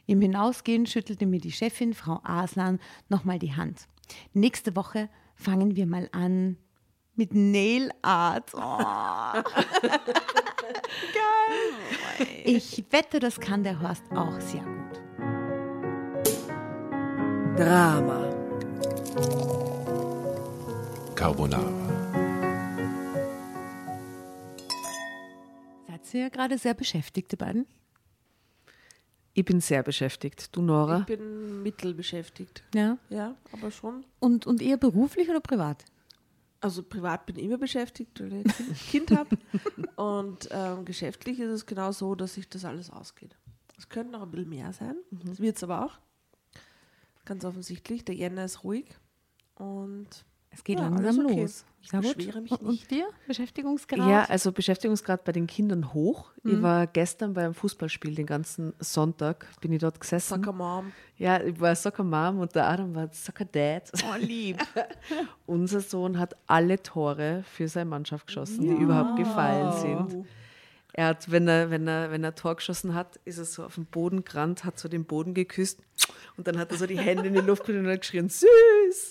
Im Hinausgehen schüttelte mir die Chefin, Frau Aslan, nochmal die Hand. Nächste Woche fangen wir mal an mit Nail Art. Oh. Geil. Ich wette, das kann der Horst auch sehr gut. Drama. Carbonara. Seid ihr ja gerade sehr beschäftigt, die beiden? Ich bin sehr beschäftigt. Du, Nora? Ich bin mittelbeschäftigt. Ja. Ja, aber schon. Und eher beruflich oder privat? Also privat bin ich immer beschäftigt, weil ich ein Kind habe. Und geschäftlich ist es genau so, dass sich das alles ausgeht. Es könnte noch ein bisschen mehr sein. Das wird es aber auch. Ganz offensichtlich. Der Jänner ist ruhig. Und Es geht ja, langsam alles okay. los. Ich beschwere mich nicht. Und dir? Beschäftigungsgrad? Ja, also Beschäftigungsgrad bei den Kindern hoch. Ich war gestern beim Fußballspiel den ganzen Sonntag, bin ich dort gesessen. Soccer Mom. Ja, ich war Soccer Mom und der Adam war Soccer Dad. Oh, lieb. Unser Sohn hat alle Tore für seine Mannschaft geschossen, die überhaupt gefallen sind. Er hat, wenn er Tor geschossen hat, ist er so auf den Boden gerannt, hat so den Boden geküsst und dann hat er so die Hände in die Luft genommen und hat geschrien, süß!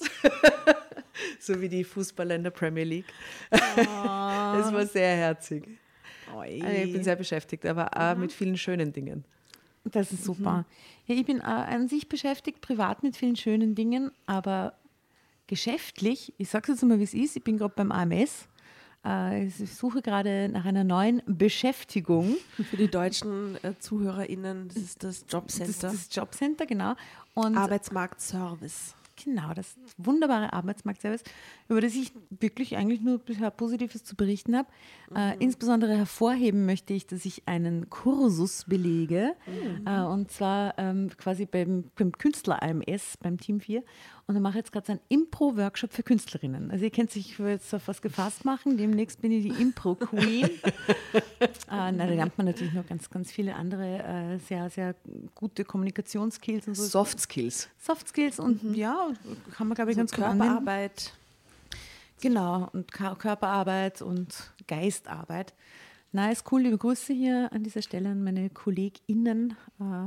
So wie die Fußballer in der Premier League. Es war sehr herzig. Also ich bin sehr beschäftigt, aber auch mit vielen schönen Dingen. Das ist super. Ja, ich bin an sich beschäftigt, privat mit vielen schönen Dingen, aber geschäftlich, ich sage es jetzt mal, wie es ist, ich bin gerade beim AMS. Ich suche gerade nach einer neuen Beschäftigung. Für die deutschen ZuhörerInnen, das ist das Jobcenter. Das Jobcenter, genau. Und Arbeitsmarktservice. genau, das wunderbare Arbeitsmarktservice, über das ich wirklich eigentlich nur bisher Positives zu berichten habe. Insbesondere hervorheben möchte ich, dass ich einen Kursus belege, und zwar quasi beim Künstler AMS, beim Team 4. Und dann mache ich jetzt gerade so einen Impro-Workshop für Künstlerinnen. Also ihr kennt sich, ich will jetzt auf was gefasst machen, demnächst bin ich die Impro-Queen. Da lernt man natürlich noch ganz, ganz viele andere sehr, sehr gute Kommunikationsskills und so. Soft Skills. Soft Skills und ja, kann man, glaube ich, So ganz gut anwenden. Körperarbeit. Genau, und Körperarbeit und Geistarbeit. Na, ist cool, liebe Grüße hier an dieser Stelle an meine KollegInnen.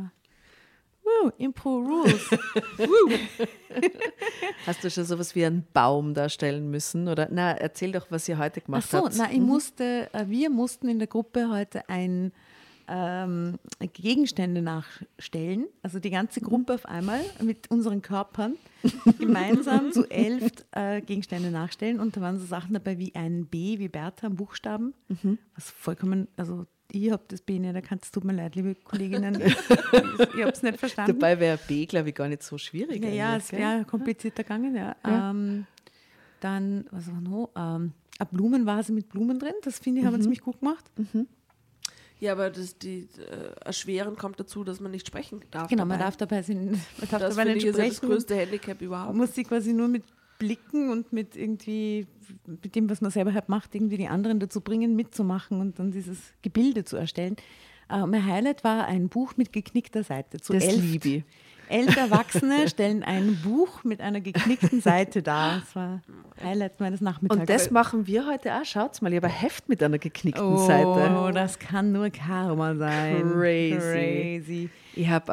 Impro Rules. Hast du schon sowas wie einen Baum darstellen müssen? Oder na, erzähl doch, was ihr heute Ach gemacht so, habt. na, wir mussten in der Gruppe heute Gegenstände nachstellen, also die ganze Gruppe auf einmal mit unseren Körpern gemeinsam zu 11 Gegenstände nachstellen und da waren so Sachen dabei wie ein B, wie Bertha, ein Buchstaben, was vollkommen, also ich habe das B nicht erkannt, es tut mir leid, liebe Kolleginnen, ich habe es nicht verstanden. Dabei wäre B, glaube ich, gar nicht so schwierig. Naja, eigentlich, es gell? wäre komplizierter gegangen, ja. Dann, was war noch? Eine Blumenvase mit Blumen drin, das finde ich, haben wir ziemlich gut gemacht. Ja, aber Erschweren kommt dazu, dass man nicht sprechen darf. Genau, dabei. man darf dabei Das dabei finde nicht ich ist ja das sprechen. größte Handicap überhaupt. Man muss sich quasi nur mit Blicken und mit irgendwie, mit dem, was man selber halt macht, irgendwie die anderen dazu bringen, mitzumachen und dann dieses Gebilde zu erstellen. Mein Highlight war ein Buch mit geknickter Seite. Zu Das 11 liebe ich. 11 Erwachsene stellen ein Buch mit einer geknickten Seite dar. Das war Highlight meines Nachmittags. Und das machen wir heute auch. Schaut mal, ich habe ein Heft mit einer geknickten Seite. Oh, das kann nur Karma sein. Crazy. Ich habe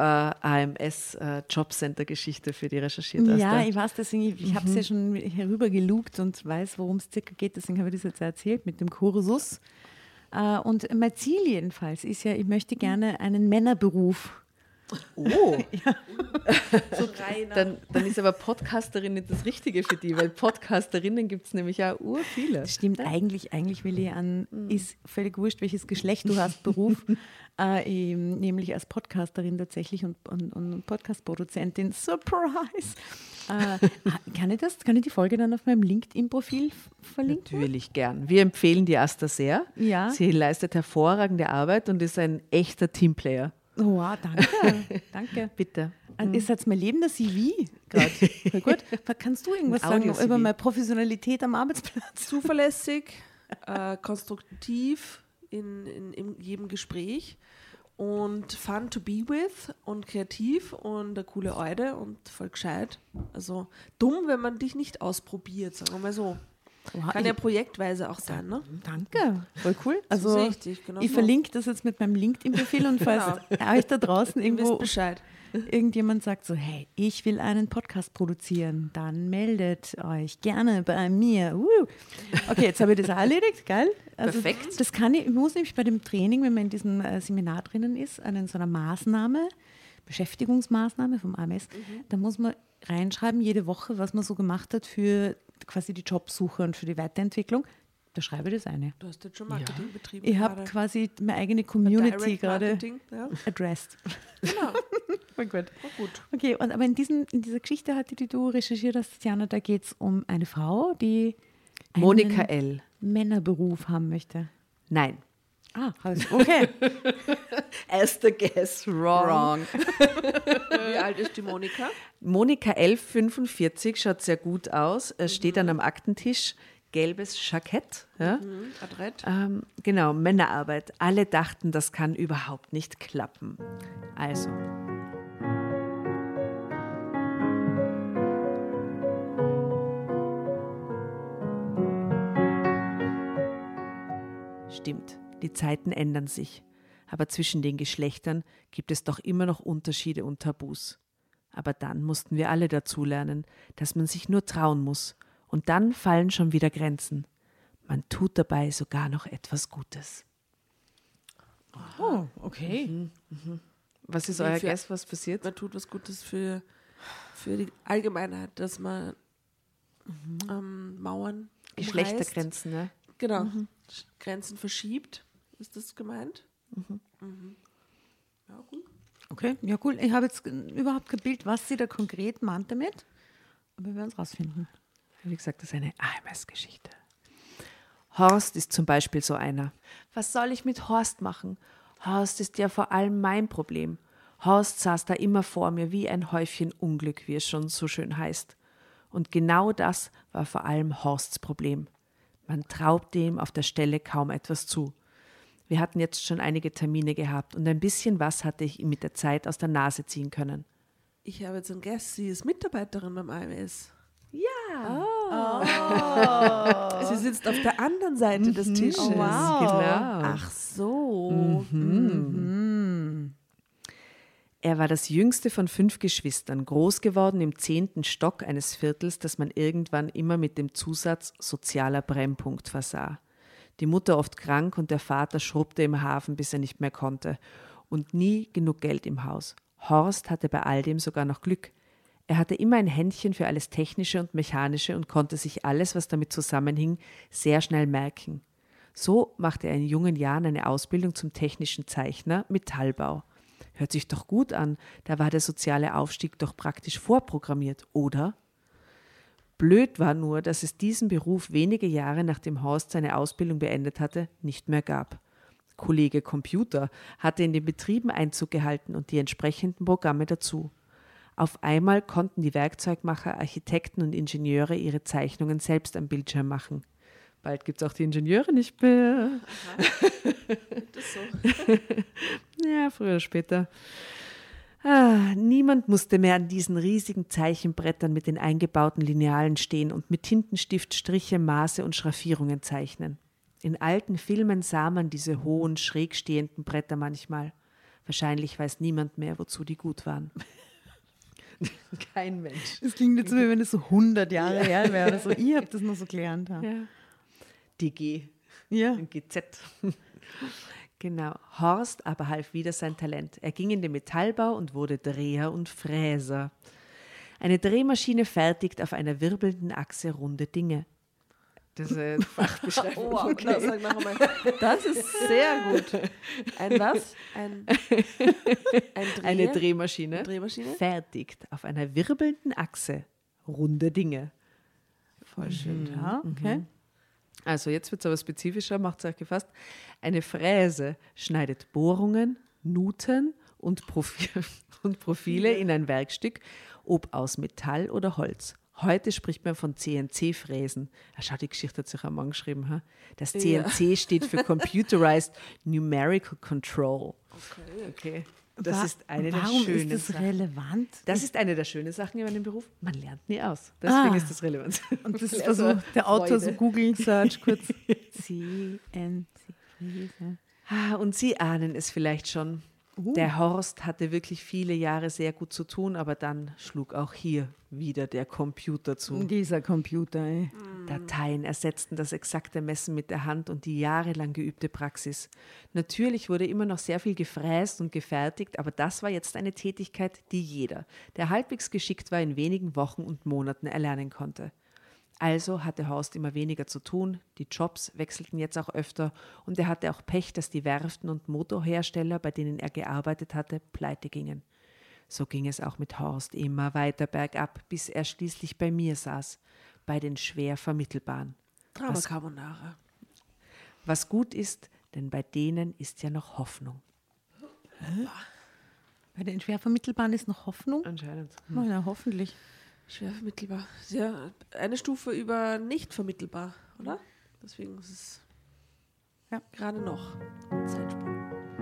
AMS-Jobcenter-Geschichte für die recherchiert. Ja, Asta. ich weiß, deswegen, ich habe es ja schon herübergelugt und weiß, worum es circa geht. Deswegen habe ich das jetzt erzählt mit dem Kursus. Und mein Ziel jedenfalls ist ja, ich möchte gerne einen Männerberuf. Oh, So reiner. dann ist aber Podcasterin nicht das Richtige für die, weil Podcasterinnen gibt es nämlich auch viele. Das stimmt, eigentlich will ich ist völlig wurscht, welches Geschlecht du hast, Beruf, nämlich als Podcasterin tatsächlich und Podcast-Produzentin. Surprise! Kann ich die Folge dann auf meinem LinkedIn-Profil verlinken? Natürlich gern. Wir empfehlen die Asta sehr. Ja. Sie leistet hervorragende Arbeit und ist ein echter Teamplayer. Oh, wow, danke. Danke. Bitte. Ist jetzt mein lebender CV gerade. Voll gut. Kannst du irgendwas Ein sagen Audio-CV. über meine Professionalität am Arbeitsplatz? Zuverlässig, konstruktiv in jedem Gespräch und fun to be with und kreativ und eine coole Eude und voll gescheit. Also dumm, wenn man dich nicht ausprobiert, sagen wir mal so. Wow, Kann ja projektweise auch sein, ne? Danke, voll cool. Also sehe ich dich, genau ich so. verlinke das jetzt mit meinem LinkedIn-Profil und falls euch da draußen Ihr wisst irgendwo Bescheid. irgendjemand sagt so, hey, ich will einen Podcast produzieren, dann meldet euch gerne bei mir. Okay, jetzt habe ich das auch erledigt, geil. Also Perfekt. Das kann ich muss nämlich bei dem Training, wenn man in diesem Seminar drinnen ist, an so einer Maßnahme, Beschäftigungsmaßnahme vom AMS, da muss man reinschreiben, jede Woche, was man so gemacht hat für quasi die Jobsuche und für die Weiterentwicklung. Da schreibe ich das eine. Du hast jetzt schon Marketing betrieben. Ich habe quasi meine eigene Community Direct gerade Marketing, ja. addressed. Genau. Voll gut. Oh, gut. Okay, aber in dieser Geschichte die du recherchiert hast, Tatjana, da geht es um eine Frau, die Monika einen L. Männerberuf haben möchte. Nein. Okay. Erster Guess, wrong. Wie alt ist die Monika? Monika L. 45, schaut sehr gut aus, steht dann am Aktentisch, gelbes Jackett. Ja? Adrett. Genau, Männerarbeit. Alle dachten, das kann überhaupt nicht klappen. Also. Stimmt, die Zeiten ändern sich. Aber zwischen den Geschlechtern gibt es doch immer noch Unterschiede und Tabus. Aber dann mussten wir alle dazulernen, dass man sich nur trauen muss. Und dann fallen schon wieder Grenzen. Man tut dabei sogar noch etwas Gutes. Oh, okay. Was ist Wie euer für- Guess, was passiert? Man tut was Gutes für die Allgemeinheit, dass man Mauern umreißt. Geschlechtergrenzen, ne? Genau. Grenzen verschiebt. Ist das gemeint? Ja, gut. Okay, ja cool. Ich habe jetzt überhaupt kein Bild, was sie da konkret meint damit. Aber wir werden es rausfinden. Wie gesagt, das ist eine AMS-Geschichte. Horst ist zum Beispiel so einer. Was soll ich mit Horst machen? Horst ist ja vor allem mein Problem. Horst saß da immer vor mir wie ein Häufchen Unglück, wie es schon so schön heißt. Und genau das war vor allem Horsts Problem. Man traut dem auf der Stelle kaum etwas zu. Wir hatten jetzt schon einige Termine gehabt und ein bisschen was hatte ich ihm mit der Zeit aus der Nase ziehen können. Ich habe jetzt einen Guess, sie ist Mitarbeiterin beim AMS. Sie sitzt auf der anderen Seite des Tisches. Oh, wow. Genau. Ach so. Er war das jüngste von 5 Geschwistern, groß geworden im 10. Stock eines Viertels, das man irgendwann immer mit dem Zusatz sozialer Brennpunkt versah. Die Mutter oft krank und der Vater schrubbte im Hafen, bis er nicht mehr konnte. Und nie genug Geld im Haus. Horst hatte bei all dem sogar noch Glück. Er hatte immer ein Händchen für alles Technische und Mechanische und konnte sich alles, was damit zusammenhing, sehr schnell merken. So machte er in jungen Jahren eine Ausbildung zum technischen Zeichner Metallbau. Hört sich doch gut an, da war der soziale Aufstieg doch praktisch vorprogrammiert, oder? Blöd war nur, dass es diesen Beruf wenige Jahre nachdem Horst seine Ausbildung beendet hatte, nicht mehr gab. Kollege Computer hatte in den Betrieben Einzug gehalten und die entsprechenden Programme dazu. Auf einmal konnten die Werkzeugmacher, Architekten und Ingenieure ihre Zeichnungen selbst am Bildschirm machen. Bald gibt es auch die Ingenieure nicht mehr. Das so. Ja, früher oder später. Niemand musste mehr an diesen riesigen Zeichenbrettern mit den eingebauten Linealen stehen und mit Tintenstift Striche, Maße und Schraffierungen zeichnen. In alten Filmen sah man diese hohen, schräg stehenden Bretter manchmal. Wahrscheinlich weiß niemand mehr, wozu die gut waren. Kein Mensch. Das klingt jetzt so, wie wenn es so 100 Jahre her wäre oder so. Ich habe das nur so gelernt. Ja. Ja. DG. Ja. GZ. Genau. Horst aber half wieder sein Talent. Er ging in den Metallbau und wurde Dreher und Fräser. Eine Drehmaschine fertigt auf einer wirbelnden Achse runde Dinge. Das ist eine Fachbeschreibung. Oh, wow, okay. Sag noch einmal. Das ist sehr gut. Ein was? Eine Drehmaschine, Drehmaschine? fertigt auf einer wirbelnden Achse runde Dinge. Voll schön. Ja, okay. Also jetzt wird es aber spezifischer, macht es euch gefasst. Eine Fräse schneidet Bohrungen, Nuten und Profile in ein Werkstück, ob aus Metall oder Holz. Heute spricht man von CNC-Fräsen. Schau, die Geschichte hat sich ein Mann geschrieben. Ha? Das CNC steht für Computerized Numerical Control. Okay. Das ist eine der Warum schönen ist das Sachen. relevant? Das ist eine der schönen Sachen in meinem Beruf. Man lernt nie aus. Deswegen ist das relevant. Und das ist Also also der Autor so Freude. Google Search kurz. CNC Fräse. Und Sie ahnen es vielleicht schon. Der Horst hatte wirklich viele Jahre sehr gut zu tun, aber dann schlug auch hier wieder der Computer zu. Dieser Computer, ey. Dateien ersetzten das exakte Messen mit der Hand und die jahrelang geübte Praxis. Natürlich wurde immer noch sehr viel gefräst und gefertigt, aber das war jetzt eine Tätigkeit, die jeder, der halbwegs geschickt war, in wenigen Wochen und Monaten erlernen konnte. Also hatte Horst immer weniger zu tun, die Jobs wechselten jetzt auch öfter und er hatte auch Pech, dass die Werften und Motorhersteller, bei denen er gearbeitet hatte, pleite gingen. So ging es auch mit Horst immer weiter bergab, bis er schließlich bei mir saß, bei den schwer Vermittelbaren. Drama Carbonara. Was gut ist, denn bei denen ist ja noch Hoffnung. Bei den schwer vermittelbaren ist noch Hoffnung? Anscheinend. Na ja, hoffentlich. Schwer vermittelbar. Sehr, eine Stufe über nicht vermittelbar, oder? Deswegen ist es Ja. gerade noch ein Zeitsprung.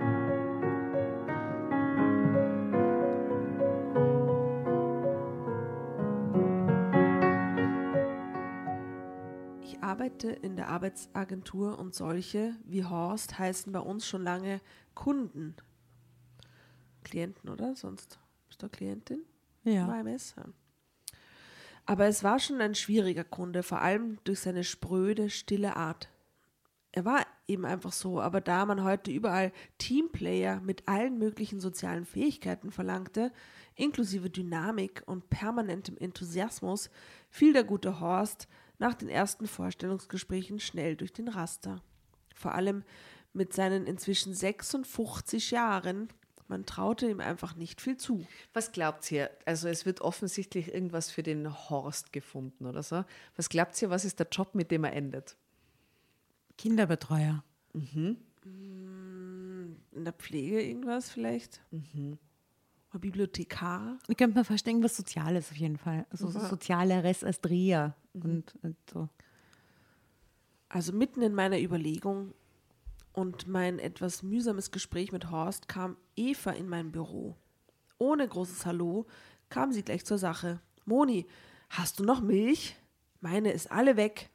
Ich arbeite in der Arbeitsagentur und solche wie Horst heißen bei uns schon lange Kunden. Klienten, oder? Sonst bist du Klientin? Ja. AMS. Ja. Aber es war schon ein schwieriger Kunde, vor allem durch seine spröde, stille Art. Er war eben einfach so, aber da man heute überall Teamplayer mit allen möglichen sozialen Fähigkeiten verlangte, inklusive Dynamik und permanentem Enthusiasmus, fiel der gute Horst nach den ersten Vorstellungsgesprächen schnell durch den Raster. Vor allem mit seinen inzwischen 56 Jahren. Man traute ihm einfach nicht viel zu. Was glaubt ihr? Also es wird offensichtlich irgendwas für den Horst gefunden oder so. Was glaubt ihr, was ist der Job, mit dem er endet? Kinderbetreuer. In der Pflege irgendwas vielleicht? Oder Bibliothekar? Ich könnte mir vorstellen, was Soziales auf jeden Fall. Also so Sozialeres als Dreher und so. Also mitten in meiner Überlegung und mein etwas mühsames Gespräch mit Horst kam Eva in mein Büro. Ohne großes Hallo kam sie gleich zur Sache. Moni, hast du noch Milch? Meine ist alle weg.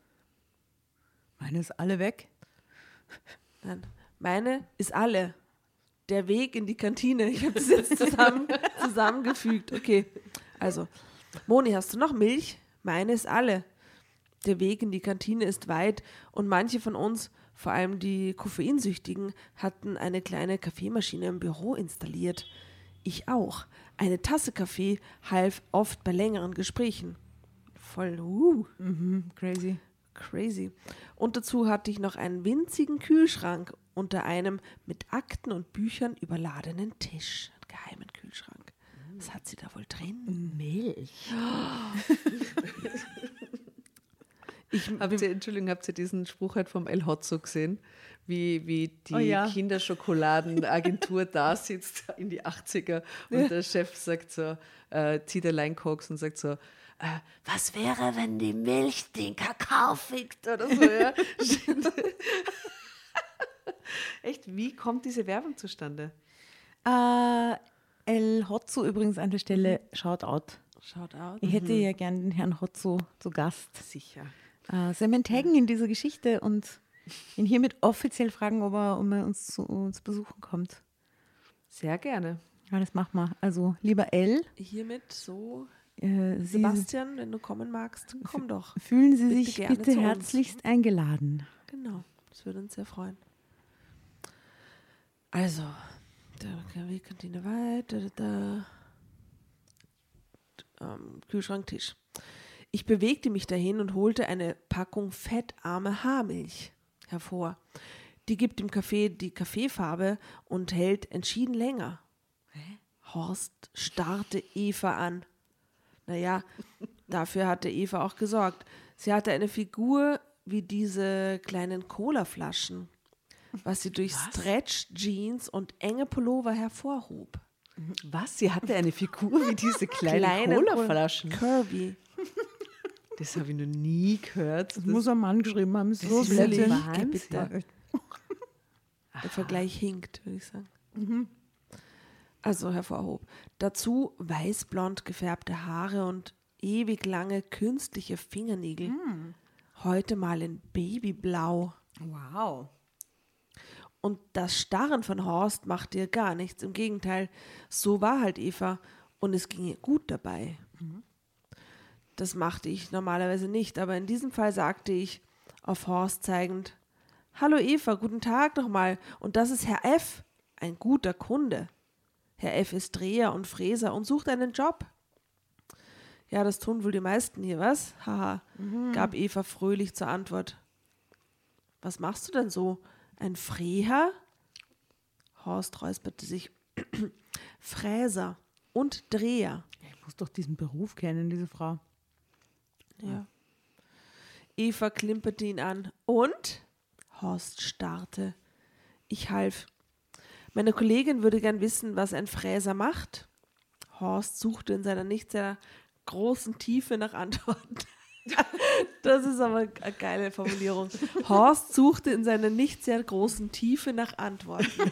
Meine ist alle weg. Nein, meine ist alle. Der Weg in die Kantine. Ich habe das jetzt zusammengefügt. Okay, also, Moni, hast du noch Milch? Meine ist alle. Der Weg in die Kantine ist weit und manche von uns, vor allem die Koffeinsüchtigen, hatten eine kleine Kaffeemaschine im Büro installiert. Ich auch. Eine Tasse Kaffee half oft bei längeren Gesprächen. Voll, Crazy. crazy. Und dazu hatte ich noch einen winzigen Kühlschrank unter einem mit Akten und Büchern überladenen Tisch. Einen geheimen Kühlschrank. Was hat sie da wohl drin? Milch. Habt ihr diesen Spruch halt vom El Hotzo gesehen? Wie die Kinderschokoladenagentur da sitzt in die 80er und der Chef sagt so, zieht allein Koks und sagt so, was wäre, wenn die Milch den Kakao fickt oder so, ja? Echt, wie kommt diese Werbung zustande? El Hotzo übrigens an der Stelle, Shoutout. Schaut aus. Ich hätte ja gern den Herrn Hotzo zu Gast. Sicher. Sollen wir ihn taggen in dieser Geschichte und ihn hiermit offiziell fragen, ob er uns zu uns besuchen kommt? Sehr gerne. Ja, das machen wir. Also, lieber El, Hiermit so, Sie Sebastian, wenn du kommen magst, komm doch. fühlen Sie Bitte sich gerne bitte zu uns. herzlichst eingeladen. Genau, das würde uns sehr freuen. Also, der Kantine weiter, Kühlschrank, Tisch. Ich bewegte mich dahin und holte eine Packung fettarme Haarmilch hervor. Die gibt dem Kaffee die Kaffeefarbe und hält entschieden länger. Horst starrte Eva an. Naja, dafür hatte Eva auch gesorgt. Sie hatte eine Figur wie diese kleinen Colaflaschen, was sie durch Stretch-Jeans und enge Pullover hervorhob. Was? Sie hatte eine Figur wie diese kleinen Colaflaschen? Curvy. Das habe ich noch nie gehört. Das muss ein Mann geschrieben haben. So ist blöd. Wahnsinn. Bitte. Der Vergleich hinkt, würde ich sagen. also hervorhob. Dazu weißblond gefärbte Haare und ewig lange künstliche Fingernägel. Heute mal in Babyblau. Wow. Und das Starren von Horst machte ihr gar nichts. Im Gegenteil, so war halt Eva und es ging ihr gut dabei. Das machte ich normalerweise nicht, aber in diesem Fall sagte ich, auf Horst zeigend, »Hallo Eva, guten Tag nochmal. Und das ist Herr F., ein guter Kunde. Herr F. ist Dreher und Fräser und sucht einen Job.« »Ja, das tun wohl die meisten hier, was?« Haha, gab Eva fröhlich zur Antwort. »Was machst du denn so? Ein Freher?« Horst räusperte sich. »Fräser und Dreher.« Ich muss doch diesen Beruf kennen, diese Frau. Ja. Eva klimperte ihn an. »Und?« Horst starrte. Ich half. »Meine Kollegin würde gern wissen, was ein Fräser macht.« Horst suchte in seiner nicht sehr großen Tiefe nach Antworten. Das ist aber eine geile Formulierung. Horst suchte in seiner nicht sehr großen Tiefe nach Antworten.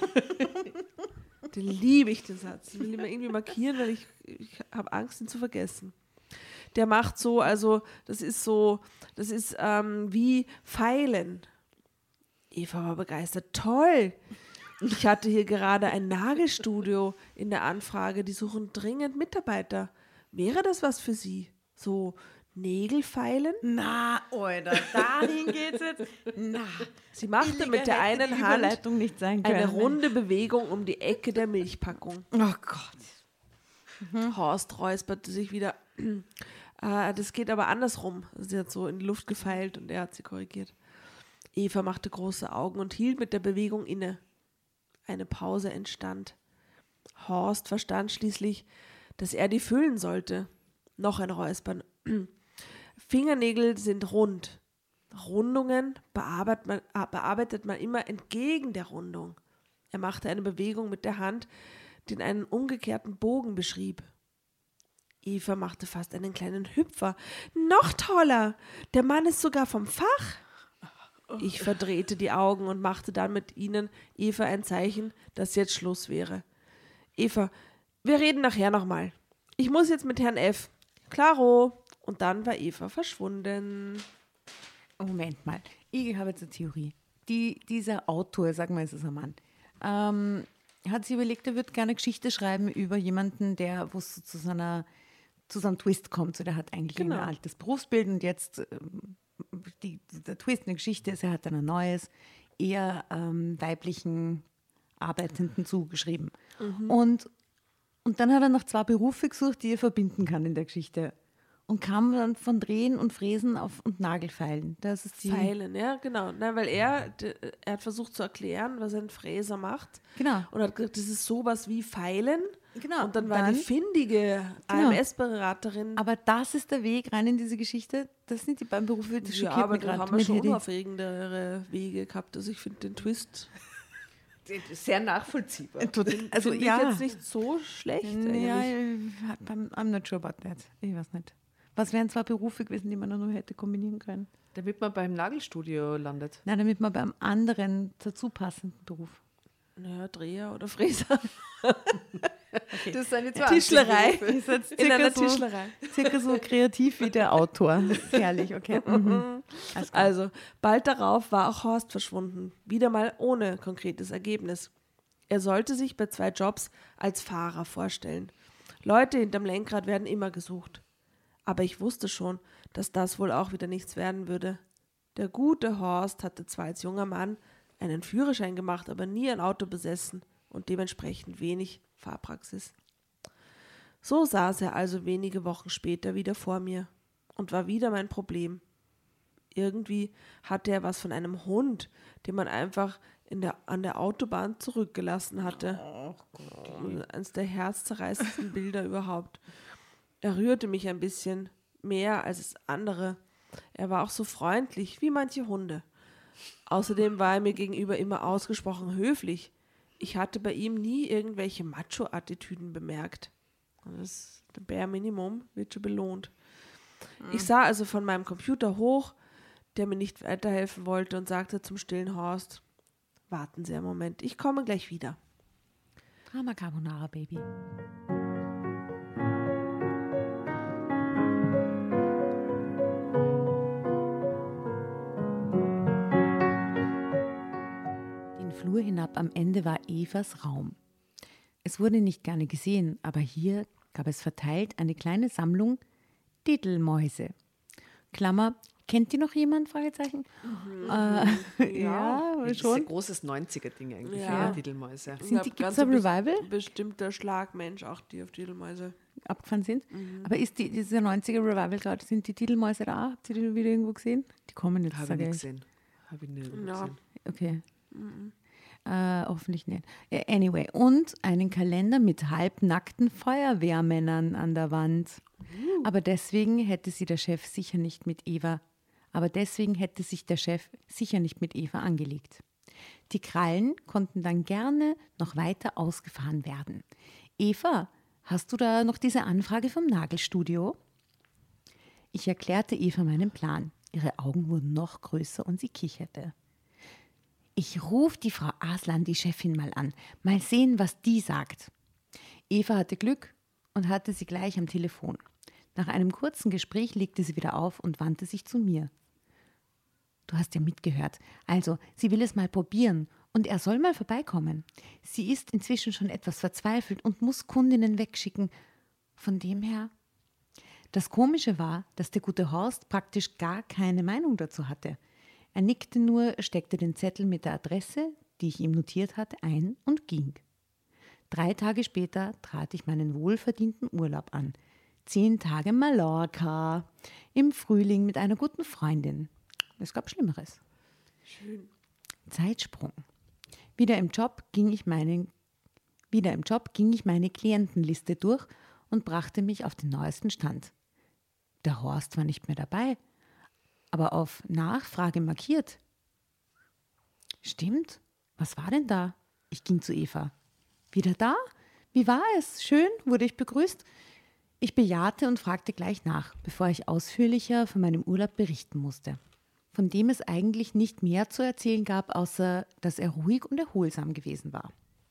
Den liebe ich, den Satz. Ich will ihn mal irgendwie markieren, weil ich habe Angst, ihn zu vergessen. Der macht so, also das ist wie Feilen. Eva war begeistert. Toll! Ich hatte hier gerade ein Nagelstudio in der Anfrage. Die suchen dringend Mitarbeiter. Wäre das was für Sie? So Nägelfeilen? Na, Alter, dahin geht's jetzt. Na, Sie machte mit der einen Hand Überleitung nicht sein können. eine runde Bewegung um die Ecke der Milchpackung. Oh Gott. Horst räusperte sich wieder. Das geht aber andersrum. Sie hat so in die Luft gefeilt und er hat sie korrigiert. Eva machte große Augen und hielt mit der Bewegung inne. Eine Pause entstand. Horst verstand schließlich, dass er die füllen sollte. Noch ein Räuspern. Fingernägel sind rund. Rundungen bearbeitet man immer entgegen der Rundung. Er machte eine Bewegung mit der Hand, die in einen umgekehrten Bogen beschrieb. Eva machte fast einen kleinen Hüpfer. Noch toller! Der Mann ist sogar vom Fach. Ich verdrehte die Augen und machte dann mit ihnen Eva ein Zeichen, dass jetzt Schluss wäre. Eva, wir reden nachher nochmal. Ich muss jetzt mit Herrn F. Klaro. Und dann war Eva verschwunden. Moment mal, ich habe jetzt eine Theorie. Dieser Autor, sagen wir, es ist ein Mann, hat sich überlegt, er würde gerne eine Geschichte schreiben über jemanden, der wo es zu so einem Twist kommt. So, der hat eigentlich ein altes Berufsbild und jetzt der Twist in der Geschichte ist, er hat dann ein neues, eher weiblichen Arbeitenden zugeschrieben. Und dann hat er nach 2 Berufe gesucht, die er verbinden kann in der Geschichte. Und kam dann von Drehen und Fräsen und Nagelfeilen. Das ist die Feilen, ja, genau. Nein, weil er hat versucht zu erklären, was ein Fräser macht. Genau. Und hat gesagt, das ist sowas wie Feilen. Genau. Und dann war die findige AMS-Beraterin. Aber das ist der Weg rein in diese Geschichte. Das sind die beiden Berufe, das schockiert aber mich da gerade. haben wir schon unaufregendere Wege gehabt. Also ich finde den Twist Sehr nachvollziehbar. Also ich jetzt nicht so schlecht eigentlich. Ja, I'm not sure about that. Ich weiß nicht. Was wären 2 Berufe gewesen, die man nur hätte kombinieren können? Damit man beim Nagelstudio landet. Nein, damit man beim anderen dazu passenden Beruf. Naja, Dreher oder Fräser. Okay. Das sind jetzt Tischlerei. In einer Tischlerei. Circa so kreativ wie der Autor. Herrlich, okay. Also, bald darauf war auch Horst verschwunden. Wieder mal ohne konkretes Ergebnis. Er sollte sich bei 2 Jobs als Fahrer vorstellen. Leute hinterm Lenkrad werden immer gesucht. Aber ich wusste schon, dass das wohl auch wieder nichts werden würde. Der gute Horst hatte zwar als junger Mann einen Führerschein gemacht, aber nie ein Auto besessen und dementsprechend wenig Fahrpraxis. So saß er also wenige Wochen später wieder vor mir und war wieder mein Problem. Irgendwie hatte er was von einem Hund, den man einfach an der Autobahn zurückgelassen hatte. Eines der herzzerreißendsten Bilder überhaupt. Er rührte mich ein bisschen mehr als andere. Er war auch so freundlich wie manche Hunde. Außerdem war er mir gegenüber immer ausgesprochen höflich. Ich hatte bei ihm nie irgendwelche Macho-Attitüden bemerkt. Das Bare Minimum wird schon belohnt. Ich sah also von meinem Computer hoch, der mir nicht weiterhelfen wollte, und sagte zum stillen Horst: Warten Sie einen Moment, ich komme gleich wieder. Drama Carbonara, Baby. Den Flur hinab am Ende war Evas Raum. Es wurde nicht gerne gesehen, aber hier gab es verteilt eine kleine Sammlung Diddlmäuse. Klammer, kennt die noch jemand? Fragezeichen. Ja, Das ist schon. ein großes 90er-Ding eigentlich, Ja. Diddlmäuse. Gibt es ein Revival? Bestimmter Schlagmensch, auch die auf Diddlmäuse. Abgefahren sind. Aber ist dieser 90er Revival gerade, sind die Diddlmäuse da? Habt ihr die wieder irgendwo gesehen? Die kommen jetzt, Habe ich sage nicht ich. gesehen. Habe ich nicht Ja. gesehen. Okay. Hoffentlich nicht. Anyway, und einen Kalender mit halbnackten Feuerwehrmännern an der Wand. Aber deswegen hätte sich der Chef sicher nicht mit Eva angelegt. Die Krallen konnten dann gerne noch weiter ausgefahren werden. Eva, hast du da noch diese Anfrage vom Nagelstudio? Ich erklärte Eva meinen Plan. Ihre Augen wurden noch größer und sie kicherte. Ich rufe die Frau Aslan, die Chefin, mal an. Mal sehen, was die sagt. Eva hatte Glück und hatte sie gleich am Telefon. Nach einem kurzen Gespräch legte sie wieder auf und wandte sich zu mir. Du hast ja mitgehört. Also, sie will es mal probieren und er soll mal vorbeikommen. Sie ist inzwischen schon etwas verzweifelt und muss Kundinnen wegschicken. Von dem her. Das Komische war, dass der gute Horst praktisch gar keine Meinung dazu hatte. Er nickte nur, steckte den Zettel mit der Adresse, die ich ihm notiert hatte, ein und ging. 3 Tage später trat ich meinen wohlverdienten Urlaub an. 10 Tage Mallorca, im Frühling mit einer guten Freundin. Es gab Schlimmeres. Schön. Zeitsprung. Wieder im Job ging ich meine Klientenliste durch und brachte mich auf den neuesten Stand. Der Horst war nicht mehr dabei, aber auf Nachfrage markiert. Stimmt, was war denn da? Ich ging zu Eva. Wieder da? Wie war es? Schön, wurde ich begrüßt? Ich bejahte und fragte gleich nach, bevor ich ausführlicher von meinem Urlaub berichten musste, von dem es eigentlich nicht mehr zu erzählen gab, außer dass er ruhig und erholsam gewesen war.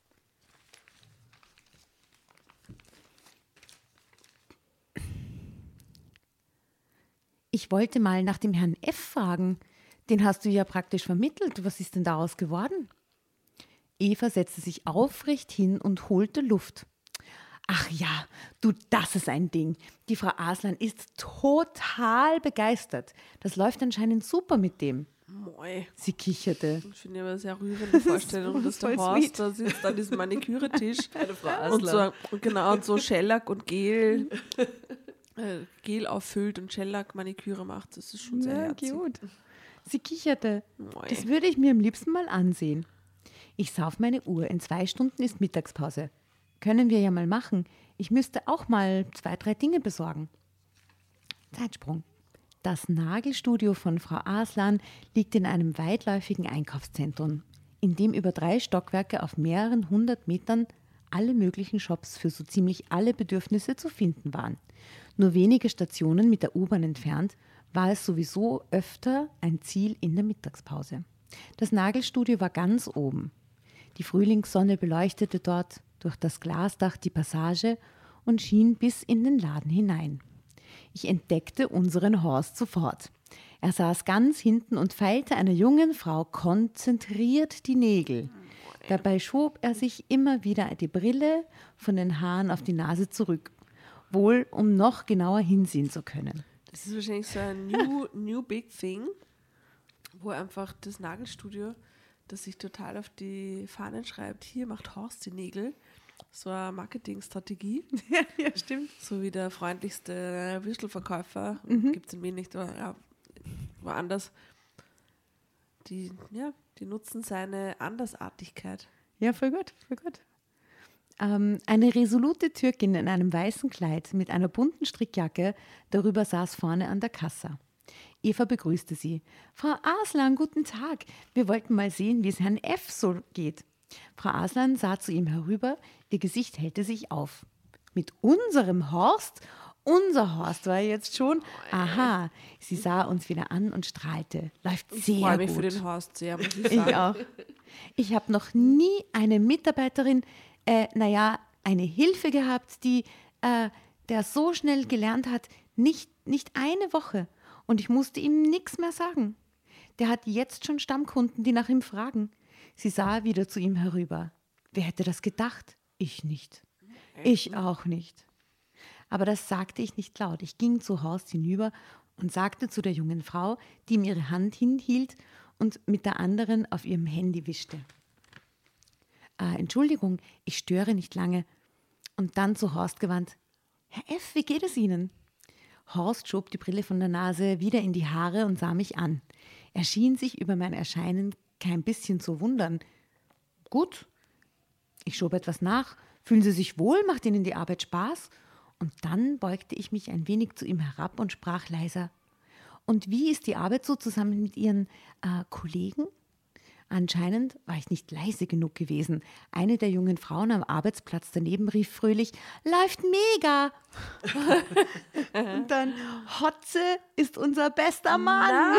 Ich wollte mal nach dem Herrn F. fragen. Den hast du ja praktisch vermittelt. Was ist denn daraus geworden? Eva setzte sich aufrecht hin und holte Luft. Ach ja, du, das ist ein Ding. Die Frau Aslan ist total begeistert. Das läuft anscheinend super mit dem. Moi. Sie kicherte. Ich finde aber eine sehr rührende Vorstellung, dass der voll Horst sweet. da sitzt an diesem Maniküretisch Frau und Aslan. und so Shellac und Gel auffüllt und Shellac-Maniküre macht. Das ist schon sehr herzig. Cute. Sie kicherte. Moi. Das würde ich mir am liebsten mal ansehen. Ich sah auf meine Uhr. In 2 Stunden ist Mittagspause. Können wir ja mal machen. Ich müsste auch mal 2, 3 Dinge besorgen. Zeitsprung. Das Nagelstudio von Frau Aslan liegt in einem weitläufigen Einkaufszentrum, in dem über 3 Stockwerke auf mehreren 100 Metern alle möglichen Shops für so ziemlich alle Bedürfnisse zu finden waren. Nur wenige Stationen mit der U-Bahn entfernt war es sowieso öfter ein Ziel in der Mittagspause. Das Nagelstudio war ganz oben. Die Frühlingssonne beleuchtete dort durch das Glasdach die Passage und schien bis in den Laden hinein. Ich entdeckte unseren Horst sofort. Er saß ganz hinten und feilte einer jungen Frau konzentriert die Nägel. Dabei schob er sich immer wieder die Brille von den Haaren auf die Nase zurück, wohl um noch genauer hinsehen zu können. Das ist wahrscheinlich so ein new big thing, wo einfach das Nagelstudio, das sich total auf die Fahnen schreibt, hier macht Horst die Nägel. So eine Marketingstrategie. Ja, stimmt. So wie der freundlichste Würstelverkäufer. Gibt es in Wien nicht, aber ja, woanders. Die nutzen seine Andersartigkeit. Ja, voll gut, voll gut. Eine resolute Türkin in einem weißen Kleid mit einer bunten Strickjacke, darüber saß vorne an der Kassa. Eva begrüßte sie. Frau Aslan, guten Tag. Wir wollten mal sehen, wie es Herrn F. so geht. Frau Aslan sah zu ihm herüber, ihr Gesicht hellte sich auf. Mit unserem Horst? Unser Horst war jetzt schon. Aha, sie sah uns wieder an und strahlte. Läuft Ich sehr freue mich gut. für den Horst sehr, muss ich Ich sagen. auch. Ich habe noch nie eine Mitarbeiterin eine Hilfe gehabt, die der so schnell gelernt hat, nicht eine Woche. Und ich musste ihm nichts mehr sagen. Der hat jetzt schon Stammkunden, die nach ihm fragen. Sie sah wieder zu ihm herüber. Wer hätte das gedacht? Ich nicht. Ich auch nicht. Aber das sagte ich nicht laut. Ich ging zu Horst hinüber und sagte zu der jungen Frau, die ihm ihre Hand hinhielt und mit der anderen auf ihrem Handy wischte. Entschuldigung, ich störe nicht lange. Und dann zu Horst gewandt. Herr F., wie geht es Ihnen? Horst schob die Brille von der Nase wieder in die Haare und sah mich an. Er schien sich über mein Erscheinen kein bisschen zu wundern. Gut. Ich schob etwas nach. Fühlen Sie sich wohl? Macht Ihnen die Arbeit Spaß? Und dann beugte ich mich ein wenig zu ihm herab und sprach leiser. Und wie ist die Arbeit so zusammen mit Ihren Kollegen? Anscheinend war ich nicht leise genug gewesen. Eine der jungen Frauen am Arbeitsplatz daneben rief fröhlich, läuft mega! Und dann, Hotze ist unser bester Mann!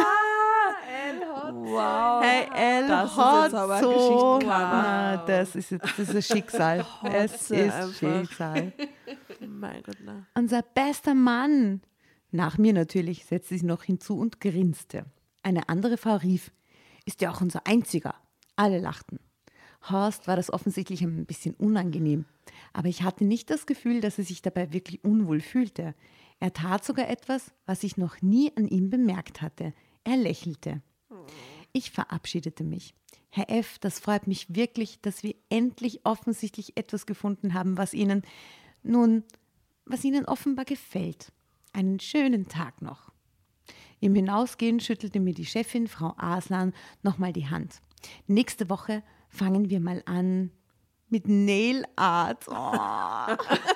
Wow. Hey, El Das ist jetzt aber ein Geschichtenkammer. Das ist Schicksal. Es Hotze ist einfach. Schicksal. Mein Gott, na. Unser bester Mann. Nach mir natürlich, setzte sie noch hinzu und grinste. Eine andere Frau rief, ist ja auch unser einziger. Alle lachten. Horst war das offensichtlich ein bisschen unangenehm. Aber ich hatte nicht das Gefühl, dass er sich dabei wirklich unwohl fühlte. Er tat sogar etwas, was ich noch nie an ihm bemerkt hatte. Er lächelte. Ich verabschiedete mich. Herr F., das freut mich wirklich, dass wir endlich offensichtlich etwas gefunden haben, was Ihnen offenbar gefällt. Einen schönen Tag noch. Im Hinausgehen schüttelte mir die Chefin, Frau Aslan, nochmal die Hand. Nächste Woche fangen wir mal an mit Nail Art. Oh.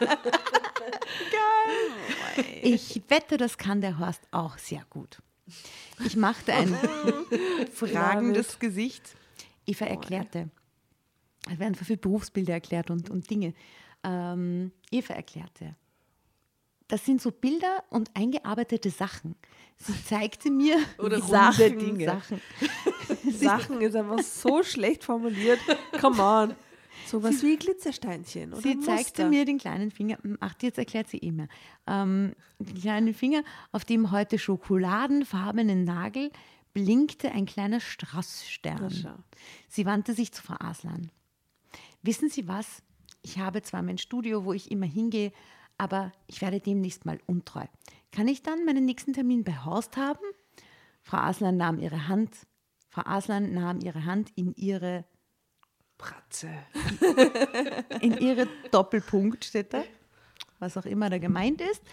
Geil. Ich wette, das kann der Horst auch sehr gut. Ich machte ein fragendes Gesicht. Eva erklärte. Es werden für viele Berufsbilder erklärt und Dinge. Eva erklärte. Das sind so Bilder und eingearbeitete Sachen. Sie zeigte mir Sachen. Dinge. Sachen ist einfach so schlecht formuliert. Come on. Sowas wie Glitzersteinchen. Oder Sie zeigte Muster. mir den kleinen Finger, jetzt erklärt sie immer, den kleinen Finger, auf dem heute schokoladenfarbenen Nagel blinkte ein kleiner Na, Strassstern. schau. Sie wandte sich zu Frau Aslan. Wissen Sie was? Ich habe zwar mein Studio, wo ich immer hingehe, aber ich werde demnächst mal untreu. Kann ich dann meinen nächsten Termin bei Horst haben? Frau Aslan nahm ihre Hand in ihre Bratze. Doppelpunkt, steht da, was auch immer da gemeint ist.